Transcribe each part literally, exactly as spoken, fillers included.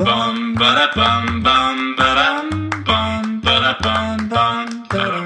bum ba da bum bum ba dum bum ba da bum bum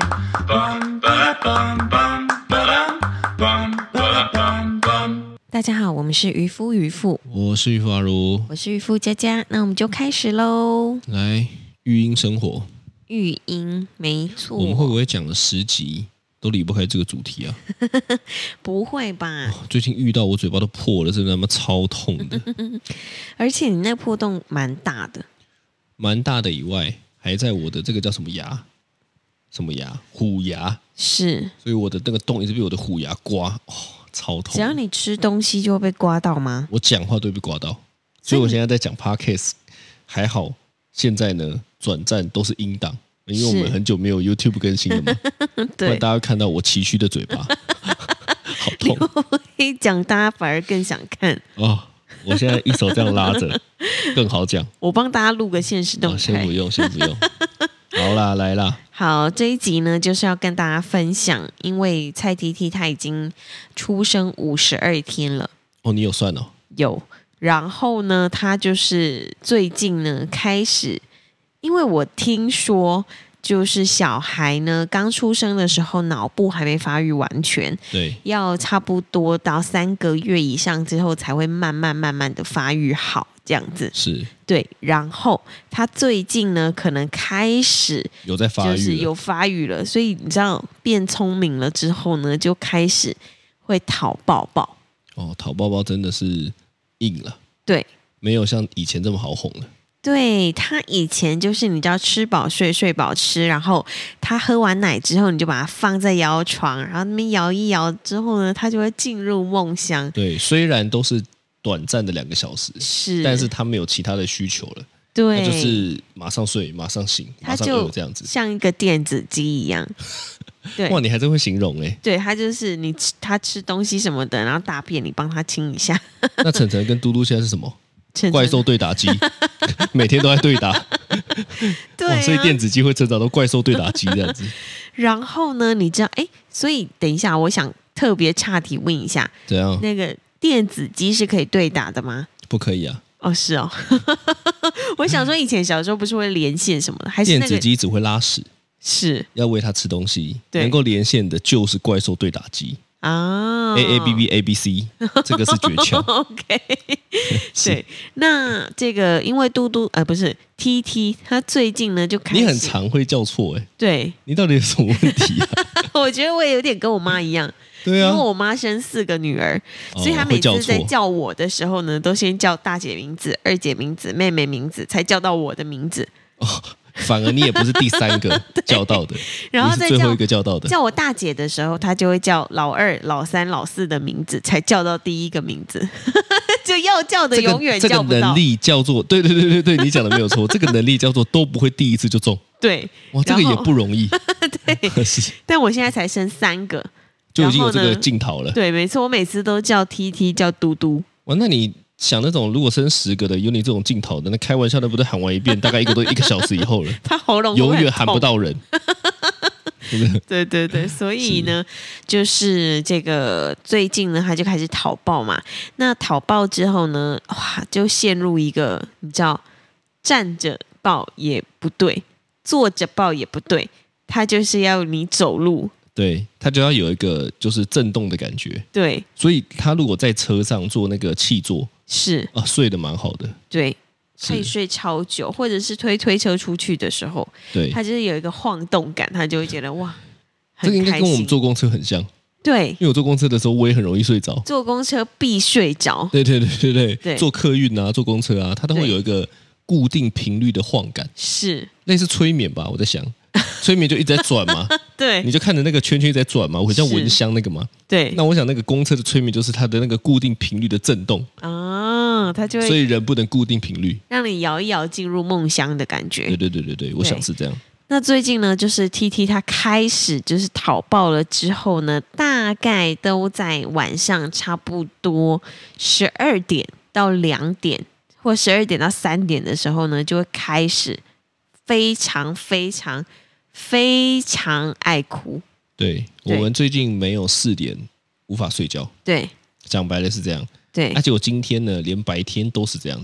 bum ba da bum bum ba dum bum ba da bum bum。 大家好，我们是渔夫渔妇， 我是渔夫阿如， 我是渔夫佳佳，那我们就开始喽。 来育婴生活， 育婴没错， 我们会不会讲了十集都离不开这个主题啊？ 不会吧、 哦？最近遇到我嘴巴都破了，真的他妈超痛的。 而且你那破洞蛮大的， 蛮大的以外，还在我的这个叫什么牙？什么牙？虎牙。 是， 所以我的那个洞一直被我的虎牙刮，哦，超痛。 只要你吃东西就会被刮到吗？ 我讲话都会被刮到，所以我现在在讲 podcast， 还好现在呢转战都是音档。因为我们很久没有 YouTube 更新了嘛， 对， 不然大家看到我崎岖的嘴巴，好痛。 我一讲，大家反而更想看哦。我现在一手这样拉着，更好讲。 我帮大家录个现实动态、 哦，先不用，先不用。好啦，来啦。 好，这一集呢就是要跟大家分享，因为蔡 T T 他已经出生五十二天了。 哦，你有算哦？ 有。然后呢，他就是最近呢开始。因为我听说，就是小孩呢刚出生的时候，脑部还没发育完全， 对， 要差不多到三个月以上之后，才会慢慢慢慢的发育好，这样子。 是， 对。然后他最近呢，可能开始有在发育， 就是有发育了，所以你知道变聪明了之后呢，就开始会讨抱抱。 哦，讨抱抱真的是硬了， 对， 没有像以前这么好哄了。 对，他以前就是你知道吃饱睡，睡饱吃，然后他喝完奶之后，你就把他放在摇床，然后那边摇一摇之后呢，他就会进入梦乡。 对，虽然都是短暂的两个小时， 是， 但是他没有其他的需求了， 对， 他就是马上睡，马上醒，马上饿这样子， 像一个电子鸡一样。对， 哇，你还真会形容哎。 对，他就是你吃他吃东西什么的，然后大便你帮他清一下。 那晨晨跟嘟嘟现在是什么？ 晨晨怪兽对打机，每天都在对打。 对、啊， 所以电子鸡会成长到怪兽对打机这样子。 然后呢，你知道，哎，所以等一下，我想特别岔题问一下， 怎样？ 那个电子鸡是可以对打的吗？ 不可以啊。 哦，是哦。我想说，以前小时候不是会连线什么的，还是、那个、 电子鸡只会拉屎， 是要喂它吃东西，能够连线的就是怪兽对打机。 啊 ，A A B B A B C， 这个是诀窍。 OK， 对，那这个因为嘟嘟呃不是 T T， 他最近呢就开始， 你很常会叫错哎、欸， 对， 你到底有什么问题啊？ 我觉得我也有点跟我妈一样， 对啊， 因为我妈生四个女儿， 哦、 所以她每次在叫我的时候呢，都先叫大姐名字、二姐名字、妹妹名字，才叫到我的名字。 哦，反而你也不是第三个叫到的， 然后再最后一个叫到的。 叫我大姐的时候，她就会叫老二、老三、老四的名字，才叫到第一个名字。就要叫的永远叫不到。 这个能力叫做，对对对对对，你讲的没有错，这个能力叫做都不会第一次就中。 对， 哇，这个也不容易。 对，是。但我现在才生三个， 就已经有这个镜头了。 对，没错，我每次都叫 T T， 叫嘟嘟。 哇，那你想那种如果生十个的，有你这种镜头的，那开玩笑的不对，喊完一遍，大概一个都一个小时以后了， 他喉咙永远喊不到人。 对对对，所以呢，就是这个最近呢，他就开始讨抱嘛。那讨抱之后呢，哇，就陷入一个你知道，站着抱也不对，坐着抱也不对，他就是要你走路。 对，他就要有一个就是震动的感觉。 对， 所以他如果在车上做那个气座， 是啊，睡得蛮好的。 对。可以睡超久，或者是推推车出去的时候， 对， 他就是有一个晃动感，他就会觉得哇， 这个应该跟我们坐公车很像。 对， 因为我坐公车的时候，我也很容易睡着。 坐公车必睡着。 对对对对对， 对坐客运啊，坐公车啊，它都会有一个固定频率的晃感， 是类似催眠吧？我在想，催眠就一直在转嘛， 对， 你就看着那个圈圈在转嘛，我很像蚊香那个嘛。 对， 那我想那个公车的催眠就是它的那个固定频率的震动啊，它就会， 所以人不能固定频率， 让你摇一摇进入梦乡的感觉。 对对对对对，我想是这样。 那最近呢，就是 T T 他开始就是讨抱了之后呢，大概都在晚上差不多十二点到两点，或十二点到三点的时候呢，就会开始非常非常非常爱哭。 对，我们最近没有四点无法睡觉。 对， 讲白了是这样。 对， 而且我今天呢，连白天都是这样子。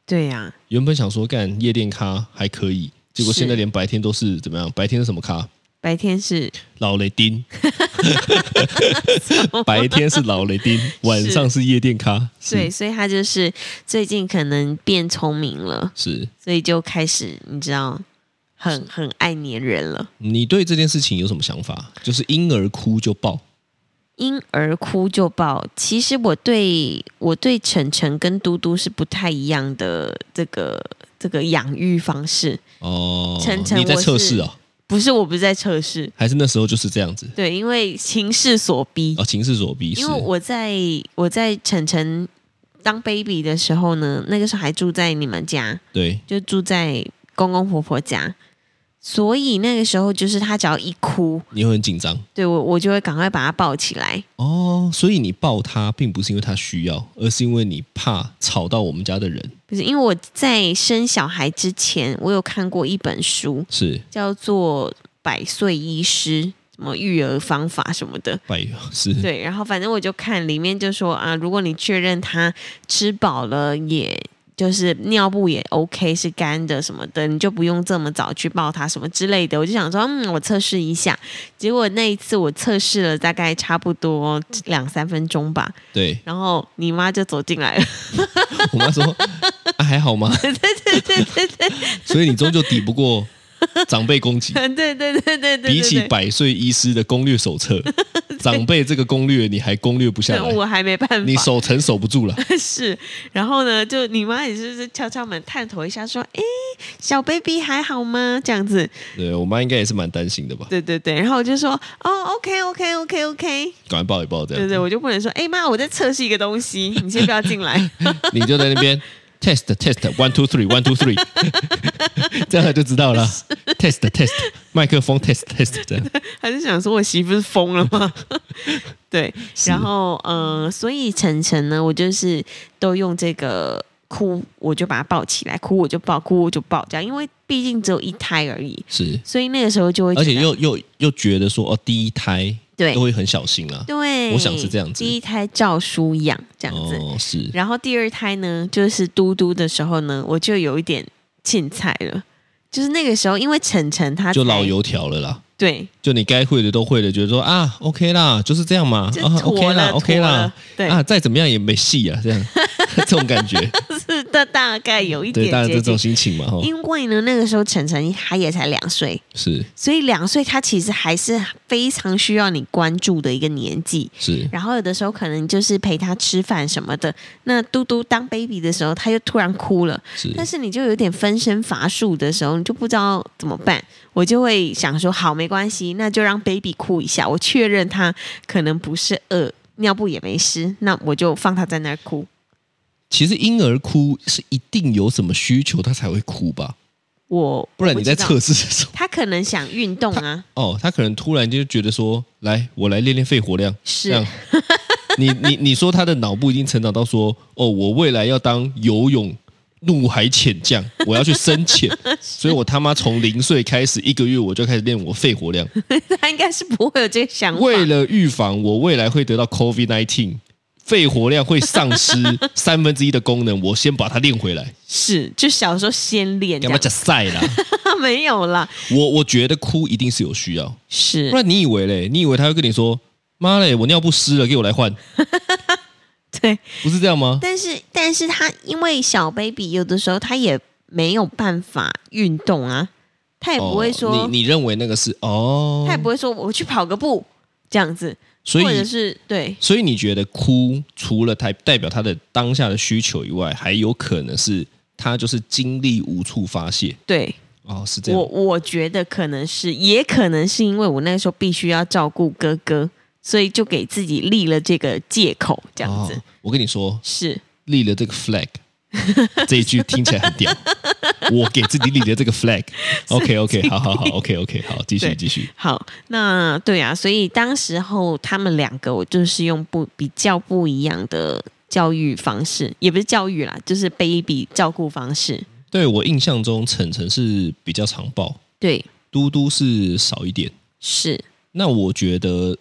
对呀、啊， 原本想说干夜店咖还可以，结果现在连白天都是怎么样？白天是什么咖？ 白天是老雷丁，白天是老雷丁，晚上是夜店咖。 对，所以他就是最近可能变聪明了， 是， 所以就开始你知道，很很爱黏人了。 你对这件事情有什么想法？就是婴儿哭就抱， 婴儿哭就抱。其实我对我对晨晨跟嘟嘟是不太一样的这个这个养育方式。 哦， 晨晨你在测试啊？ 不是，我不是在测试， 还是那时候就是这样子？ 对，因为情势所逼。 哦，情势所逼。 因为我在我在晨晨当 baby 的时候呢，那个时候还住在你们家， 对， 就住在公公婆婆家，所以那个时候就是他只要一哭， 你会很紧张。 对我我就会赶快把他抱起来。 哦，所以你抱他并不是因为他需要，而是因为你怕吵到我们家的人。 不是，因为我在生小孩之前，我有看过一本书， 是叫做《百岁医师》。什么育儿方法什么的， 百是对，然后反正我就看里面就说啊，如果你确认他吃饱了，也就是尿布也 OK 是干的什么的，你就不用这么早去抱他什么之类的。我就想说，嗯，我测试一下。结果那一次我测试了大概差不多两三分钟吧， 对， 然后你妈就走进来了。 我妈说、啊、还好吗？ 对对对对对， 所以你终究抵不过长辈攻击。 对对对对对对， 比起百岁医师的攻略手册，长辈这个攻略你还攻略不下来， 我还没办法， 你守城守不住了。 是，然后呢，就你妈也是敲敲门探头一下，说：“哎，小 baby 还好吗？”这样子。 对我妈应该也是蛮担心的吧？ 对对对，然后我就说：“哦 ，OK OK OK OK。” 赶快抱一抱这样。 对对，我就不能说：“哎妈，我在测试一个东西，你先不要进来。” 你就在那边。test test one two three one two three， 这样他就知道了。test test 麦克风 test test 这样。 还是想说我媳妇是疯了吗？对，然后呃，所以晨晨呢，我就是都用这个哭，我就把他抱起来，哭我就抱，哭我就抱，这样，因为毕竟只有一胎而已， 是， 所以那个时候就会觉得， 而且又又又觉得说哦，第一胎对都会很小心啊。 对， 我想是这样子。 第一胎照书养这样子， 哦是。 然后第二胎呢，就是嘟嘟的时候呢，我就有一点青菜了，就是那个时候，因为晨晨他就老油条了啦。 对， 就你该会的都会了，觉得说啊 ，OK 啦，就是这样嘛，啊 ，OK 啦 ，OK 啦， 对啊，再怎么样也没戏啊，这样这种感觉， 是的，大概有一点对，大概这种心情嘛，哈。 因为呢，那个时候晨晨他也才两岁， 是， 所以两岁他其实还是非常需要你关注的一个年纪， 是。 然后有的时候可能就是陪他吃饭什么的，那嘟嘟当 baby 的时候，他就突然哭了， 是， 但是你就有点分身乏术的时候，你就不知道怎么办，我就会想说，好，没关系，那就让 baby 哭一下，我确认他可能不是饿，尿布也没湿，那我就放他在那儿哭。 其实婴儿哭是一定有什么需求他才会哭吧？ 我不然你在测试的时候， 他可能想运动啊。 哦，他可能突然就觉得说，来，我来练练肺活量。 是， 这样你你你说他的脑部已经成长到说，哦，我未来要当游泳陆海潜将，我要去深潜，所以我他妈从零岁开始一个月我就开始练我肺活量。 他应该是不会有这个想法。 为了预防我未来会得到 COVID 十九，肺活量会丧失三分之一的功能，我先把它练回来。 是，就小时候先练。 干嘛讲赛啦？ 没有啦。 我我觉得哭一定是有需要， 是。 不然你以为嘞？你以为他会跟你说，妈嘞，我尿不湿了，给我来换。 对， 不是这样吗？ 但是，但是他因为小 baby 有的时候他也没有办法运动啊，他也不会说、 哦、你你认为那个是哦， 他也不会说我去跑个步这样子， 所以或者是对， 所以你觉得哭除了代代表他的当下的需求以外，还有可能是他就是精力无处发泄。 对， 哦，是这样。 我我觉得可能是，也可能是因为我那个时候必须要照顾哥哥。所以就给自己立了这个借口，这样子。 哦、我跟你说， 是立了这个 flag， 这一句听起来很屌。我给自己立了这个 flag。OK OK， 好好好 ，OK OK， 好，继续继续。 好，那对啊，所以当时候他们两个，我就是用不比较不一样的教育方式，也不是教育啦，就是 baby 照顾方式。 对，我印象中，晨晨是比较常抱， 对， 嘟嘟是少一点。 是。 那我觉得。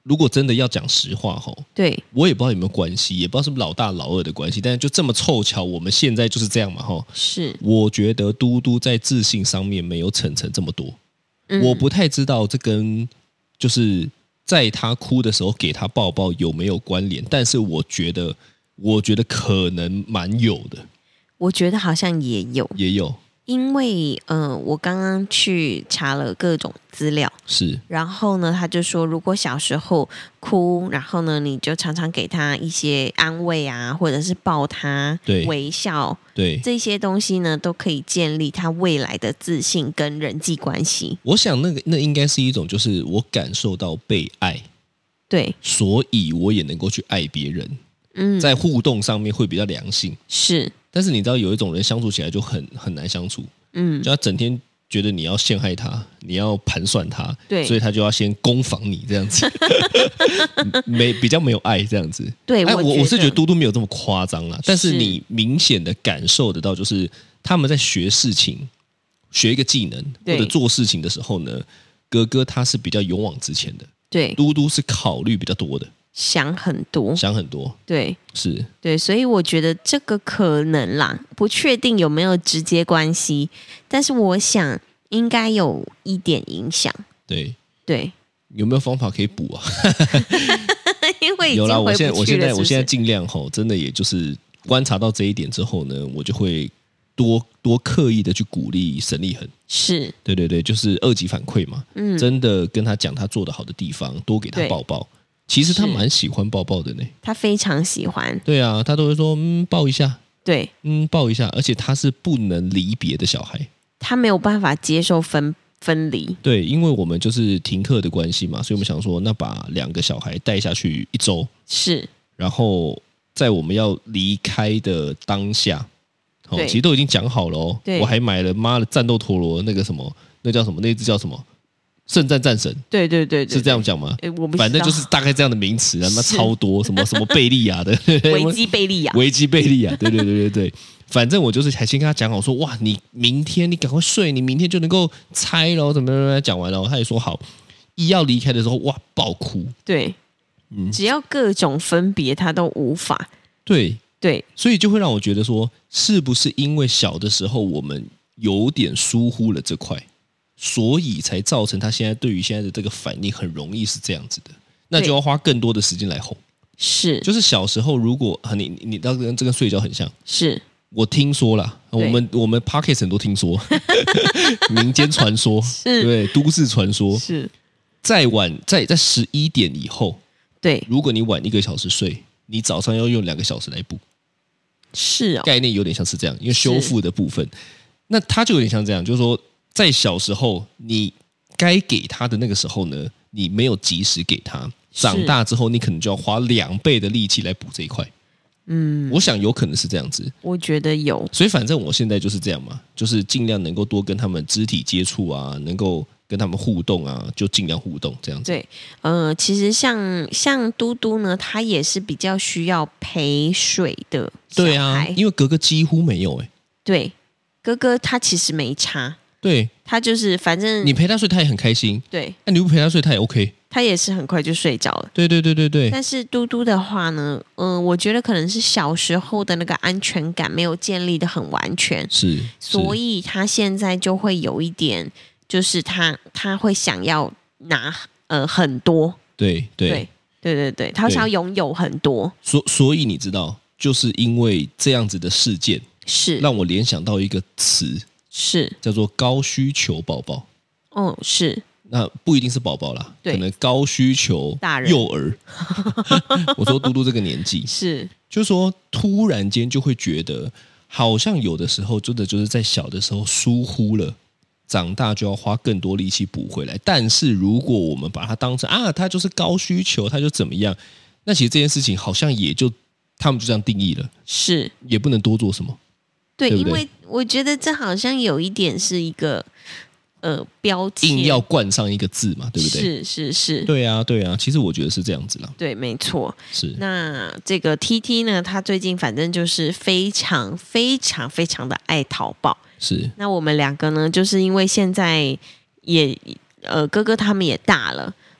如果真的要讲实话吼， 对， 我也不知道有没有关系，也不知道是不是老大老二的关系，但是就这么凑巧，我们现在就是这样嘛吼。 是， 我觉得嘟嘟在自信上面没有晨晨这么多， 嗯我不太知道这跟就是在他哭的时候给他抱抱有没有关联，但是我觉得，我觉得可能蛮有的， 我觉得好像也有， 也有因为呃，我刚刚去查了各种资料， 是然后呢，他就说，如果小时候哭，然后呢，你就常常给他一些安慰啊，或者是抱他， 对微笑， 对。 这些东西呢，都可以建立他未来的自信跟人际关系。 我想那个那应该是一种，就是我感受到被爱， 对， 所以我也能够去爱别人， 嗯， 在互动上面会比较良性。 是， 但是你知道有一种人相处起来就很很难相处， 嗯， 就他整天觉得你要陷害他，你要盘算他， 对所以他就要先攻防你这样子，没比较没有爱这样子。哎， 对我觉我我是觉得得嘟嘟没有这么夸张啦，但是是你明显的感受得到，就是他们在学事情、学一个技能或对者做事情的时候呢，哥哥他是比较勇往直前的， 对， 嘟嘟是考虑比较多的， 想很多， 想很多， 对是对，所以我觉得这个可能啦，不确定有没有直接关系，但是我想应该有一点影响。 对。 对， 有没有方法可以补啊？ 因为已有啦，我经回现在我现在不去了，是不是我现在尽量吼，真的也就是观察到这一点之后呢，我就会多多刻意的去鼓励沈立恒。 是， 对对对，就是二级反馈嘛， 嗯， 真的跟他讲他做的好的地方，多给他对抱抱。其实他是蛮喜欢抱抱的呢。 他非常喜欢， 对啊，他都会说嗯抱一下， 对嗯抱一下，而且他是不能离别的小孩。 他没有办法接受分分离， 对，因为我们就是停课的关系嘛，所以我们想说，那把两个小孩带下去一周， 是然后在我们要离开的当下，哦， 对其实都已经讲好了哦。 对我还买了妈的战斗陀螺那个什么，那叫什么？那只叫什么？圣战战神对对对对， 是这样讲吗？ 诶我不知道反正就是大概这样的名词，他妈是超多，什么什么贝利亚的维基贝利亚， 维基贝利亚，对对对对对。反正我就是还先跟他讲好说，哇，你明天你赶快睡，你明天就能够拆咯，怎么怎么讲完了，他也说好。一要离开的时候，哇，爆哭。 对， 嗯只要各种分别他都无法， 对， 对所以就会让我觉得说，是不是因为小的时候我们有点疏忽了这块，所以才造成他现在对于现在的这个反应很容易是这样子的，那就要花更多的时间来哄。 是就是小时候如果啊，你你你到跟这跟睡觉很像。 是， 我听说啦，我对们我们 podcast 很多听说，民间传说， 是对，都市传说。 是， 再晚在在十一点以后， 对如果你晚一个小时睡，你早上要用两个小时来补。 是哦， 概念有点像是这样，因为修复的部分，那它就有点像这样，就是说，在小时候你该给他的那个时候呢，你没有及时给他，长大之后你可能就要花两倍的力气来补这一块。 嗯， 我想有可能是这样子， 我觉得有， 所以反正我现在就是这样嘛，就是尽量能够多跟他们肢体接触啊，能够跟他们互动啊，就尽量互动这样子。 对，呃，其实像像嘟嘟呢，他也是比较需要陪水的小孩， 对啊，因为格格几乎没有哎、 对，哥哥他其实没差， 对他就是反正你陪他睡，他也很开心； 对那、你不陪他睡，他也 OK。 他也是很快就睡着了。 对对对对对， 但是嘟嘟的话呢，嗯、我觉得可能是小时候的那个安全感没有建立的很完全， 是， 所以以他现在就会有一点，就是他他会想要拿呃很多， 对对对对对对，他想要拥有很多， 所所以你知道，就是因为这样子的事件， 是让我联想到一个词， 是， 叫做高需求宝宝。 哦是， 那不一定是宝宝啦， 对可能高需求大人幼儿。我说嘟嘟这个年纪， 是就是说突然间就会觉得，好像有的时候真的就是在小的时候疏忽了，长大就要花更多力气补回来。但是如果我们把它当成啊，他就是高需求，他就怎么样，那其实这件事情好像也就他们就这样定义了， 是， 也不能多做什么。 对， 对不对因为我觉得这好像有一点是一个呃标签， 硬要冠上一个字嘛，对不对？ 是是是， 对啊，对啊，其实我觉得是这样子啦。 对，没错。 是， 那这个 T T 呢，他最近反正就是非常非常非常的爱淘宝。 是， 那我们两个呢，就是因为现在也呃哥哥他们也大了，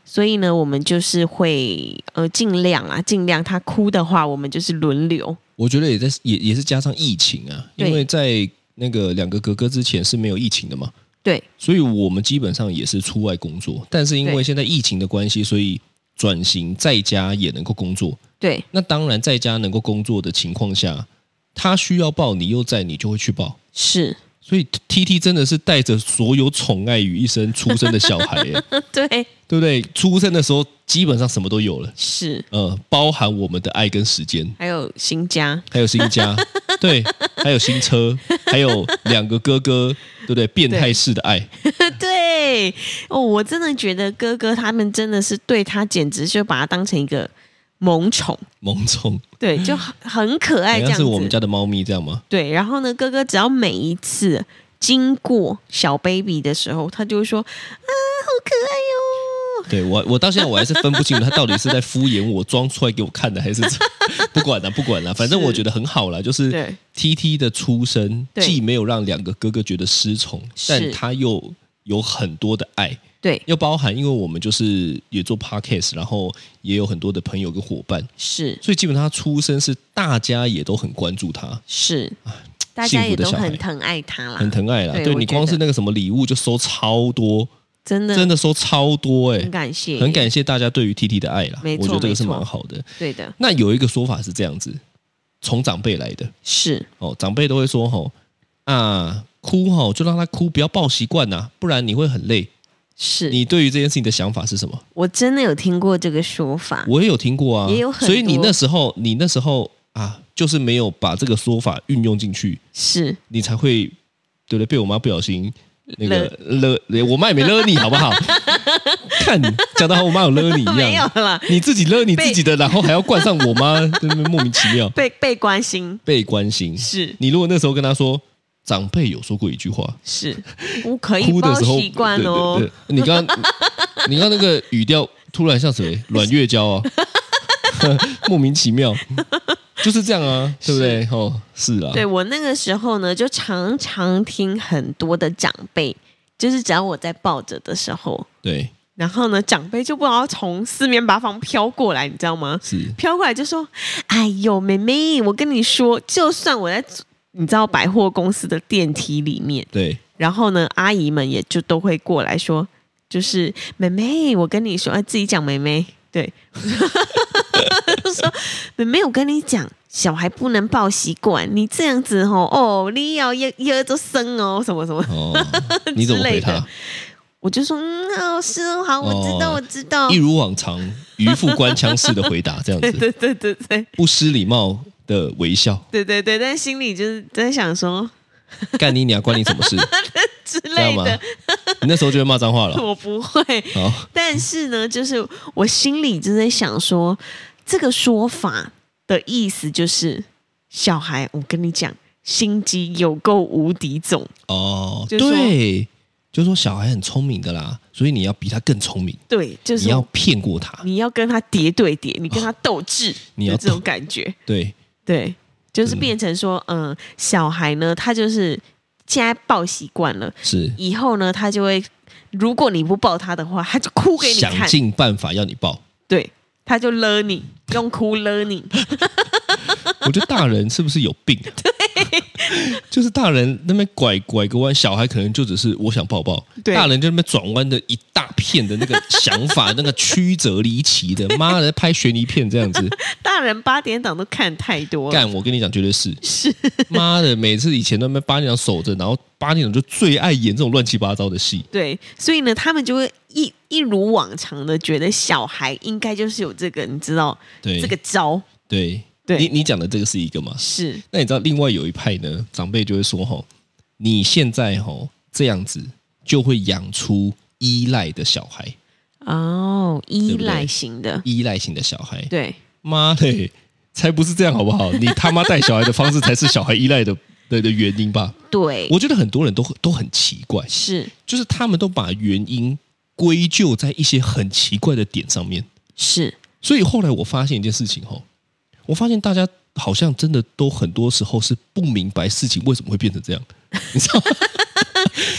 所以呢，我们就是会呃尽量啊，尽量他哭的话，我们就是轮流。 我觉得也在也也是加上疫情啊，因为在那个两个哥哥之前是没有疫情的嘛， 对， 所以我们基本上也是出外工作，但是因为现在疫情的关系，所以转型在家也能够工作。 对， 那当然在家能够工作的情况下，他需要抱你又在，你就会去抱。 是。 所以 T T 真的是带着所有宠爱于一身出生的小孩耶， 对， 对不对？出生的时候基本上什么都有了， 是， 呃，包含我们的爱跟时间， 还有新家， 还有新家，对，还有新车，还有两个哥哥，对不对？变态式的爱， 对哦，我真的觉得哥哥他们真的是对他，简直就把他当成一个萌宠， 萌宠， 对，就很很可爱，这样子。 好像是我们家的猫咪这样吗？ 对，然后呢，哥哥只要每一次经过小 baby 的时候，他就会说：“啊，好可爱哟、哦。” 对我，我到现在我还是分不清楚他到底是在敷衍我、装出来给我看的，还是不管了、啊，不管了、啊，反正我觉得很好啦。就是 T T 的出生既没有让两个哥哥觉得失宠，但他又有很多的爱。 对， 又包含，因为我们就是也做 podcast， 然后也有很多的朋友跟伙伴， 是， 所以基本上他出生是大家也都很关注他， 是，大家也都很疼爱他啦， 很疼爱啦。对, 对你光是那个什么礼物就收超多， 真的真的收超多哎、欸， 很感谢， 很感谢大家对于 T T 的爱啦， 没错， 我觉得这个是蛮好的。 对的， 那有一个说法是这样子，从长辈来的， 是哦，长辈都会说吼啊，哭吼就让他哭，不要抱习惯呐，不然你会很累。 是你对于这件事情的想法是什么？ 我真的有听过这个说法， 我也有听过啊， 也有很多， 所以你那时候，你那时候啊，就是没有把这个说法运用进去， 是你才会对不对？被我妈不小心那个勒，我妈也没勒你，好不好？看你讲的好，我妈有勒你一样， 没有啦， 你自己勒你自己的，然后还要冠上我妈，真的莫名其妙， 被被关心， 被关心， 是你如果那时候跟她说。长辈有说过一句话， 是我可以抱习惯哦。 对对对，你刚你刚那个语调突然像谁？阮月娇啊，莫名其妙，就是这样啊，对不对？哦，是啊。 对我那个时候呢，就常常听很多的长辈，就是只要我在抱着的时候， 对， 然后呢，长辈就不知道从四面八方飘过来，你知道吗？ 是飘过来就说：“哎呦，妹妹，我跟你说，就算我在。”你知道百货公司的电梯里面， 对， 然后呢，阿姨们也就都会过来说，就是妹妹，我跟你说，啊、自己讲妹妹，对，就说妹妹，我跟你讲，小孩不能抱习惯，你这样子哦，哦，你要一一就生哦，什么什么， 哦，你怎么回他？ 我就说，嗯，好是哦，好，我知道，哦、我知道， 一如往常，渔夫官腔式的回答，这样子， 对对对对， 不失礼貌。的微笑， 对对对，但心里就是在想说， 干你娘，关你什么事之类的。 你那时候就会骂脏话了？ 我不会。但是呢，就是我心里就在想说，这个说法的意思就是，小孩，我跟你讲，心机有够无敌重哦。就对，就是说小孩很聪明的啦，所以你要比他更聪明。 对，就是你要骗过他， 你要跟他叠对叠，你跟他斗智，哦、 你要这种感觉。 对。 对，就是变成说，嗯，小孩呢，他就是现在抱习惯了， 是以后呢，他就会，如果你不抱他的话，他就哭给你看， 想尽办法要你抱， 对，他就勒你，用哭勒你。 我觉得大人是不是有病、啊？对，就是大人那边拐拐个弯，小孩可能就只是我想抱抱，大人就那边转弯的一大片的那个想法，那个曲折离奇的，妈的，拍悬疑片这样子。 大人八点档都看太多了， 干，我跟你讲，绝对是是， 妈的，每次以前都那边八点档守着，然后八点档就最爱演这种乱七八糟的戏。 对，所以呢，他们就会一一如往常的觉得小孩应该就是有这个，你知道， 对这个招， 对。 对你你讲的这个是一个吗？ 是。 那你知道另外有一派呢，长辈就会说吼，你现在吼这样子就会养出依赖的小孩。 哦，依赖型的， 对对依赖型的小孩。 对， 妈嘞，才不是这样好不好？你他妈带小孩的方式才是小孩依赖的的的原因吧？ 对， 我觉得很多人都都很奇怪， 是， 就是他们都把原因归咎在一些很奇怪的点上面。 是， 所以后来我发现一件事情吼。我发现大家好像真的都很多时候是不明白事情为什么会变成这样，你知道吗？ 因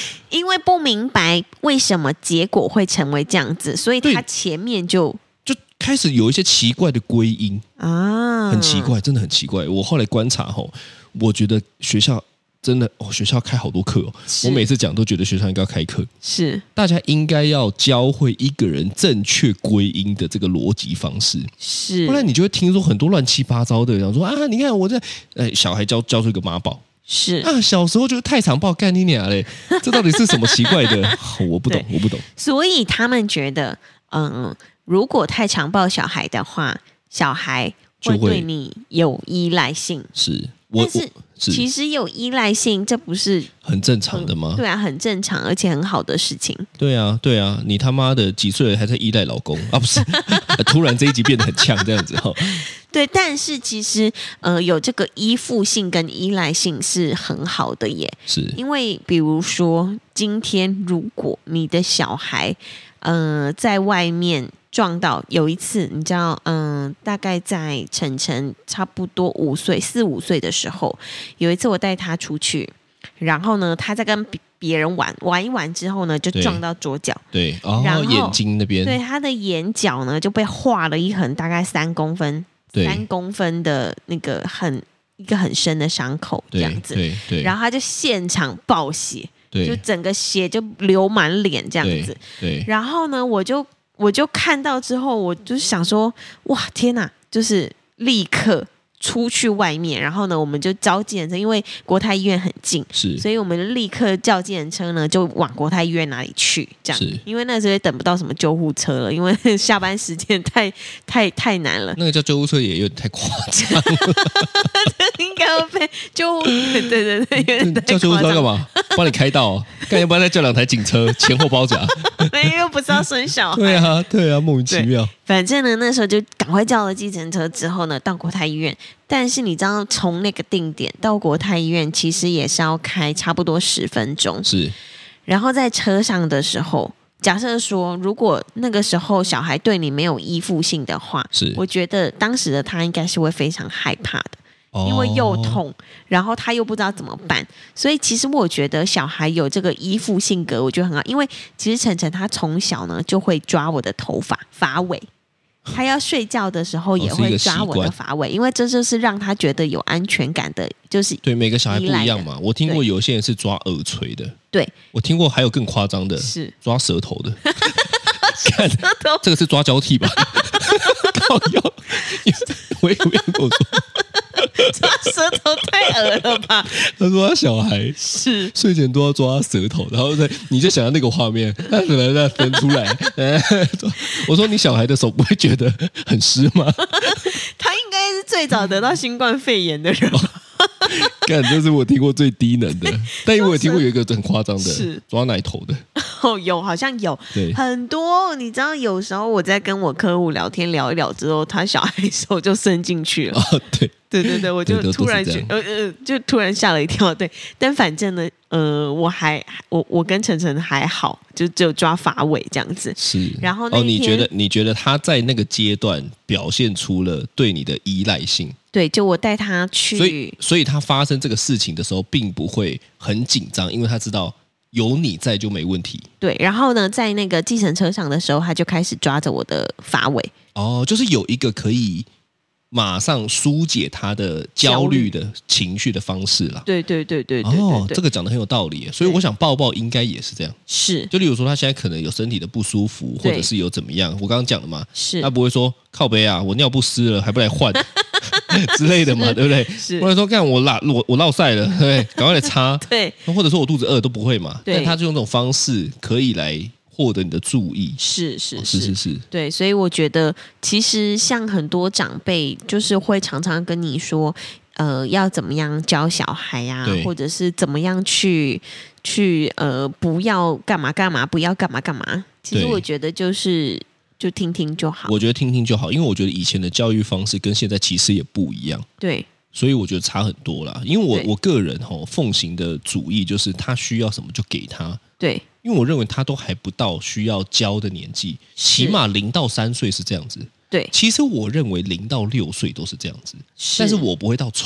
为不明白为什么结果会成为这样子，所以他前面就就开始有一些奇怪的归因啊， 很奇怪，真的很奇怪。我后来观察后，我觉得学校真的哦，学校开好多课哦。我每次讲都觉得学校应该要开课， 是大家应该要教会一个人正确归因的这个逻辑方式， 是， 不然你就会听说很多乱七八糟的，然后说啊，你看我这，呃，小孩教教出一个妈宝。 是啊，小时候就是太长报干你娘嘞，这到底是什么奇怪的？哦、我不懂，我不懂。 所以他们觉得，嗯，如果太常抱小孩的话，小孩会对你有依赖性。 是，我但是是其实有依赖性，这不是很正常的吗？ 对啊，很正常，而且很好的事情。 对啊，对啊，你他妈的几岁了还在依赖老公啊？不是，突然这一集变得很呛这样子哈。 对，但是其实呃，有这个依附性跟依赖性是很好的耶。 是因为比如说，今天如果你的小孩呃在外面撞到，有一次你知道，嗯、呃，大概在晨晨差不多五岁、四五岁的时候，有一次我带他出去，然后呢，他在跟别别人玩玩一玩之后呢，就撞到左脚， 对，哦， 然后眼睛那边， 对，他的眼角呢就被划了一痕，大概三公分。三公分的那个很一个很深的伤口这样子， 对 对, 对， 然后他就现场爆血， 对， 就整个血就流满脸这样子， 对，对然后呢，我就我就看到之后，我就想说，哇，天哪，就是立刻出去外面，然后呢，我们就叫计程车，因为国泰医院很近， 是， 所以我们立刻叫计程车呢，就往国泰医院哪里去，这样，因为那时候也等不到什么救护车了，因为下班时间太太太难了。 那个叫救护车也有点太夸张了， 应该要被救护，对对对，有点太叫救护车干嘛？帮你开道、哦，干要不然再叫两台警车，前后包夹。 因为不是要生小孩。 对啊，对啊，莫名其妙。 反正呢，那时候就赶快叫了计程车，之后呢，到国泰医院。但是你知道，从那个定点到国泰医院，其实也是要开差不多十分钟。 是。 然后在车上的时候，假设说，如果那个时候小孩对你没有依附性的话， 是， 我觉得当时的他应该是会非常害怕的。因为又痛，然后他又不知道怎么办，所以其实我觉得小孩有这个依附性格，我觉得很好。因为其实晨晨他从小呢就会抓我的头发发尾，他要睡觉的时候也会抓我的发尾，因为这就是让他觉得有安全感的，就是对每个小孩不一样嘛。我听过有些人是抓耳垂的， 对， 我听过还有更夸张的， 是抓舌头的。看，这个是抓交替吧？靠腰，我也没有跟我说。 抓舌头太恶了吧？ 他说他小孩是睡前都要抓舌头，然后再你就想到那个画面，他可能在分出来。我说你小孩的手不会觉得很湿吗？ 他应该是最早得到新冠肺炎的人。 干，这是我听过最低能的，但因为我听过有一个很夸张的， 是抓奶头的。 哦，有，好像有， 对， 很多。你知道，有时候我在跟我客户聊天聊一聊之后，他小孩手就伸进去了。 哦，对， 对对对，我就突然觉呃呃，就突然吓了一跳。对，但反正呢，呃，我还我我跟晨晨还好，就只有抓发尾这样子。 是， 然后那哦，你觉得你觉得他在那个阶段表现出了对你的依赖性？ 对，就我带他去， 所以所以他发生这个事情的时候，并不会很紧张，因为他知道有你在就没问题。 对，然后呢，在那个计程车上的时候，他就开始抓着我的发尾。 哦，就是有一个可以马上疏解他的焦虑的情绪的方式啦。 对对对对对对， 哦，这个讲得很有道理耶。所以我想抱抱应该也是这样。 是， 就例如说他现在可能有身体的不舒服，或者是有怎么样，我刚刚讲了嘛， 是他不会说靠北啊，我尿不湿了还不来换之类的嘛，对不对？ 是， 或者说干我拉我我落晒了，对不对？赶快来擦。 对， 或者说我肚子饿都不会嘛， 对， 但他就用这种方式可以来获得你的注意。 是是、 哦、是是是， 对，所以我觉得其实像很多长辈就是会常常跟你说，呃，要怎么样教小孩啊，或者是怎么样去去呃，不要干嘛干嘛，不要干嘛干嘛。其实我觉得就是就听听就好。 我觉得听听就好，因为我觉得以前的教育方式跟现在其实也不一样。 对。 所以我觉得差很多啦，因为我我个人吼、哦、奉行的主义就是他需要什么就给他， 对， 因为我认为他都还不到需要教的年纪，起码零到三岁是这样子， 对， 其实我认为零到六岁都是这样子， 是， 但是我不会到宠，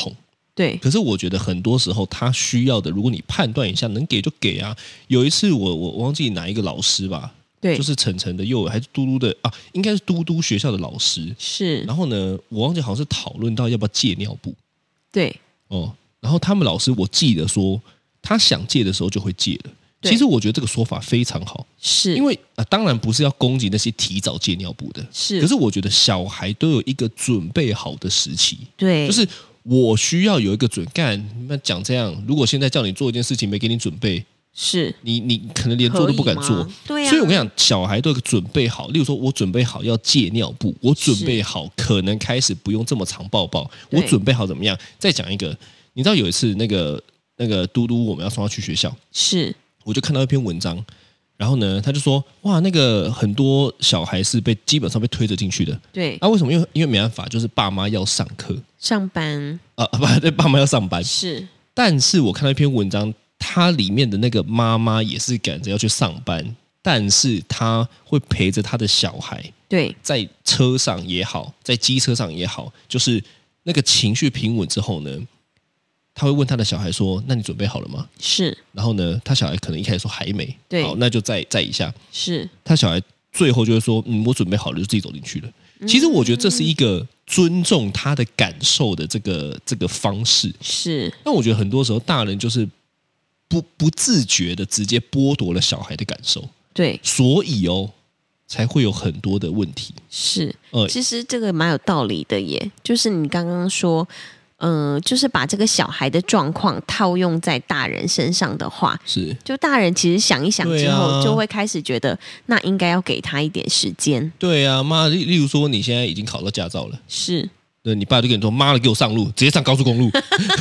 对， 可是我觉得很多时候他需要的，如果你判断一下，能给就给啊。有一次我我忘记哪一个老师吧， 对， 就是晨晨的幼儿还是嘟嘟的啊，应该是嘟嘟学校的老师。 是， 然后呢，我忘记好像是讨论到要不要戒尿布对， 哦。然后他们老师我记得说，他想戒的时候就会戒了。其实我觉得这个说法非常好， 是因为啊，当然不是要攻击那些提早戒尿布的， 是， 可是我觉得小孩都有一个准备好的时期， 对， 就是我需要有一个准干。那讲这样，如果现在叫你做一件事情没给你准备， 是你你可能连做都不敢做， 对啊。 所以我跟你讲，小孩都有个准备好。例如说，我准备好要戒尿布，我准备好可能开始不用这么常抱抱，我准备好怎么样？再讲一个，你知道有一次那个那个嘟嘟我们要送他去学校， 是。 我就看到一篇文章，然后呢，他就说，哇，那个很多小孩是被基本上被推着进去的。 对， 啊，为什么？因为因为没办法，就是爸妈要上课、 上班啊，不对，爸妈要上班。 是， 但是我看到一篇文章，它里面的那个妈妈也是赶着要去上班，但是她会陪着她的小孩， 对， 在车上也好，在机车上也好，就是那个情绪平稳之后呢，他会问他的小孩说：“那你准备好了吗？” 是。 然后呢，他小孩可能一开始说还没， 对， 好，那就再再一下。 是。 他小孩最后就会说：“嗯，我准备好了，就自己走进去了。嗯”其实我觉得这是一个尊重他的感受的这个这个方式。 是。 但我觉得很多时候大人就是不不自觉的直接剥夺了小孩的感受。 对。 所以哦，才会有很多的问题。 是。 呃， 其实这个蛮有道理的耶，就是你刚刚说。嗯、呃，就是把这个小孩的状况套用在大人身上的话， 是， 就大人其实想一想之后， 啊、 就会开始觉得，那应该要给他一点时间。 对啊，妈，例例如说你现在已经考到驾照了， 是， 对，你爸就跟你说，妈的，给我上路，直接上高速公路，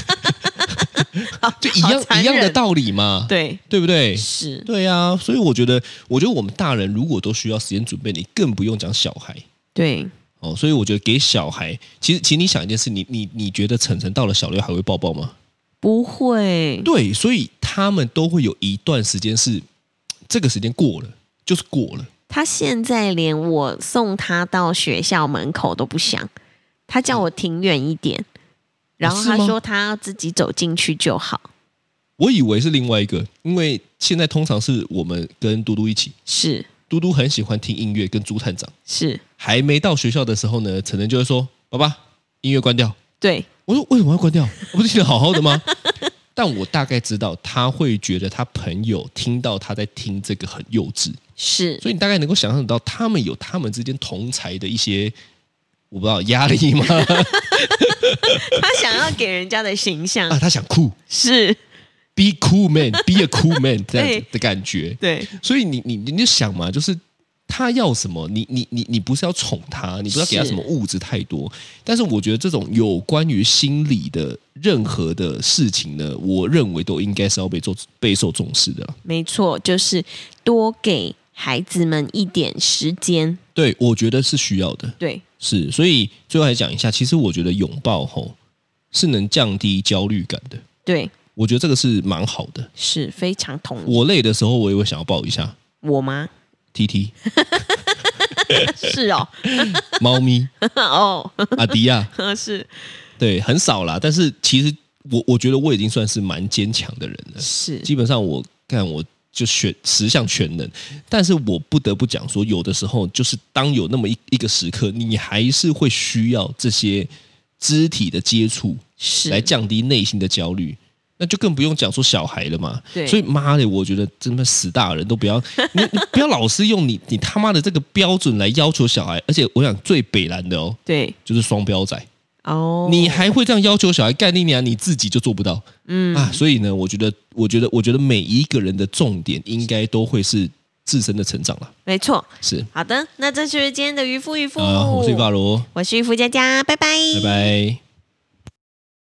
就一样一样的道理嘛， 对， 对不对？ 是， 对啊，所以我觉得，我觉得我们大人如果都需要时间准备，你更不用讲小孩， 对。 哦，所以我觉得给小孩，其实，其实你想一件事，你你你觉得晨晨到了小六还会抱抱吗？ 不会。 对，所以他们都会有一段时间是这个时间过了，就是过了。 他现在连我送他到学校门口都不想，他叫我停远一点，嗯、然后他说他要自己走进去就好。 我以为是另外一个，因为现在通常是我们跟嘟嘟一起是。 嘟嘟很喜欢听音乐，跟朱探长是还没到学校的时候呢，晨晨就会说：“爸爸，音乐关掉。” 对， 我说：“为什么要关掉？我不是听得好好的吗？”但我大概知道他会觉得他朋友听到他在听这个很幼稚， 是， 所以你大概能够想象到他们有他们之间同才的一些我不知道压力吗？ 他想要给人家的形象啊，他想酷是。 Be cool man, be a cool man 这样子的感觉。 对， 所以你你你就想嘛，就是他要什么，你你你你不是要宠他，你不是要给他什么物质太多。但是我觉得这种有关于心理的任何的事情呢，我认为都应该是要被做备受重视的。 没错，就是多给孩子们一点时间。 对，我觉得是需要的。 对， 是，所以最后来讲一下，其实我觉得拥抱吼是能降低焦虑感的。 对。 我觉得这个是蛮好的， 是非常同意。 我累的时候，我也会想要抱一下。 我吗 ？T T 是哦， 猫咪哦， 阿迪亚是， 对，很少啦。但是其实我我觉得我已经算是蛮坚强的人了， 是， 基本上我看我就选十项全能。但是我不得不讲说，有的时候就是当有那么一一个时刻，你还是会需要这些肢体的接触， 是来降低内心的焦虑。那就更不用讲说小孩了嘛。 对， 所以妈的，我觉得真的死大人都不要，你你不要老是用你你他妈的这个标准来要求小孩，而且我想最北蓝的哦， 对， 就是双标仔哦， 你还会这样要求小孩，干你娘，你自己就做不到， 嗯啊，所以呢，我觉得，我觉得，我觉得每一个人的重点应该都会是自身的成长了。 没错， 是好的，那这就是今天的渔夫渔夫， 啊，我是法罗， 我是渔夫佳佳，拜拜， 拜拜。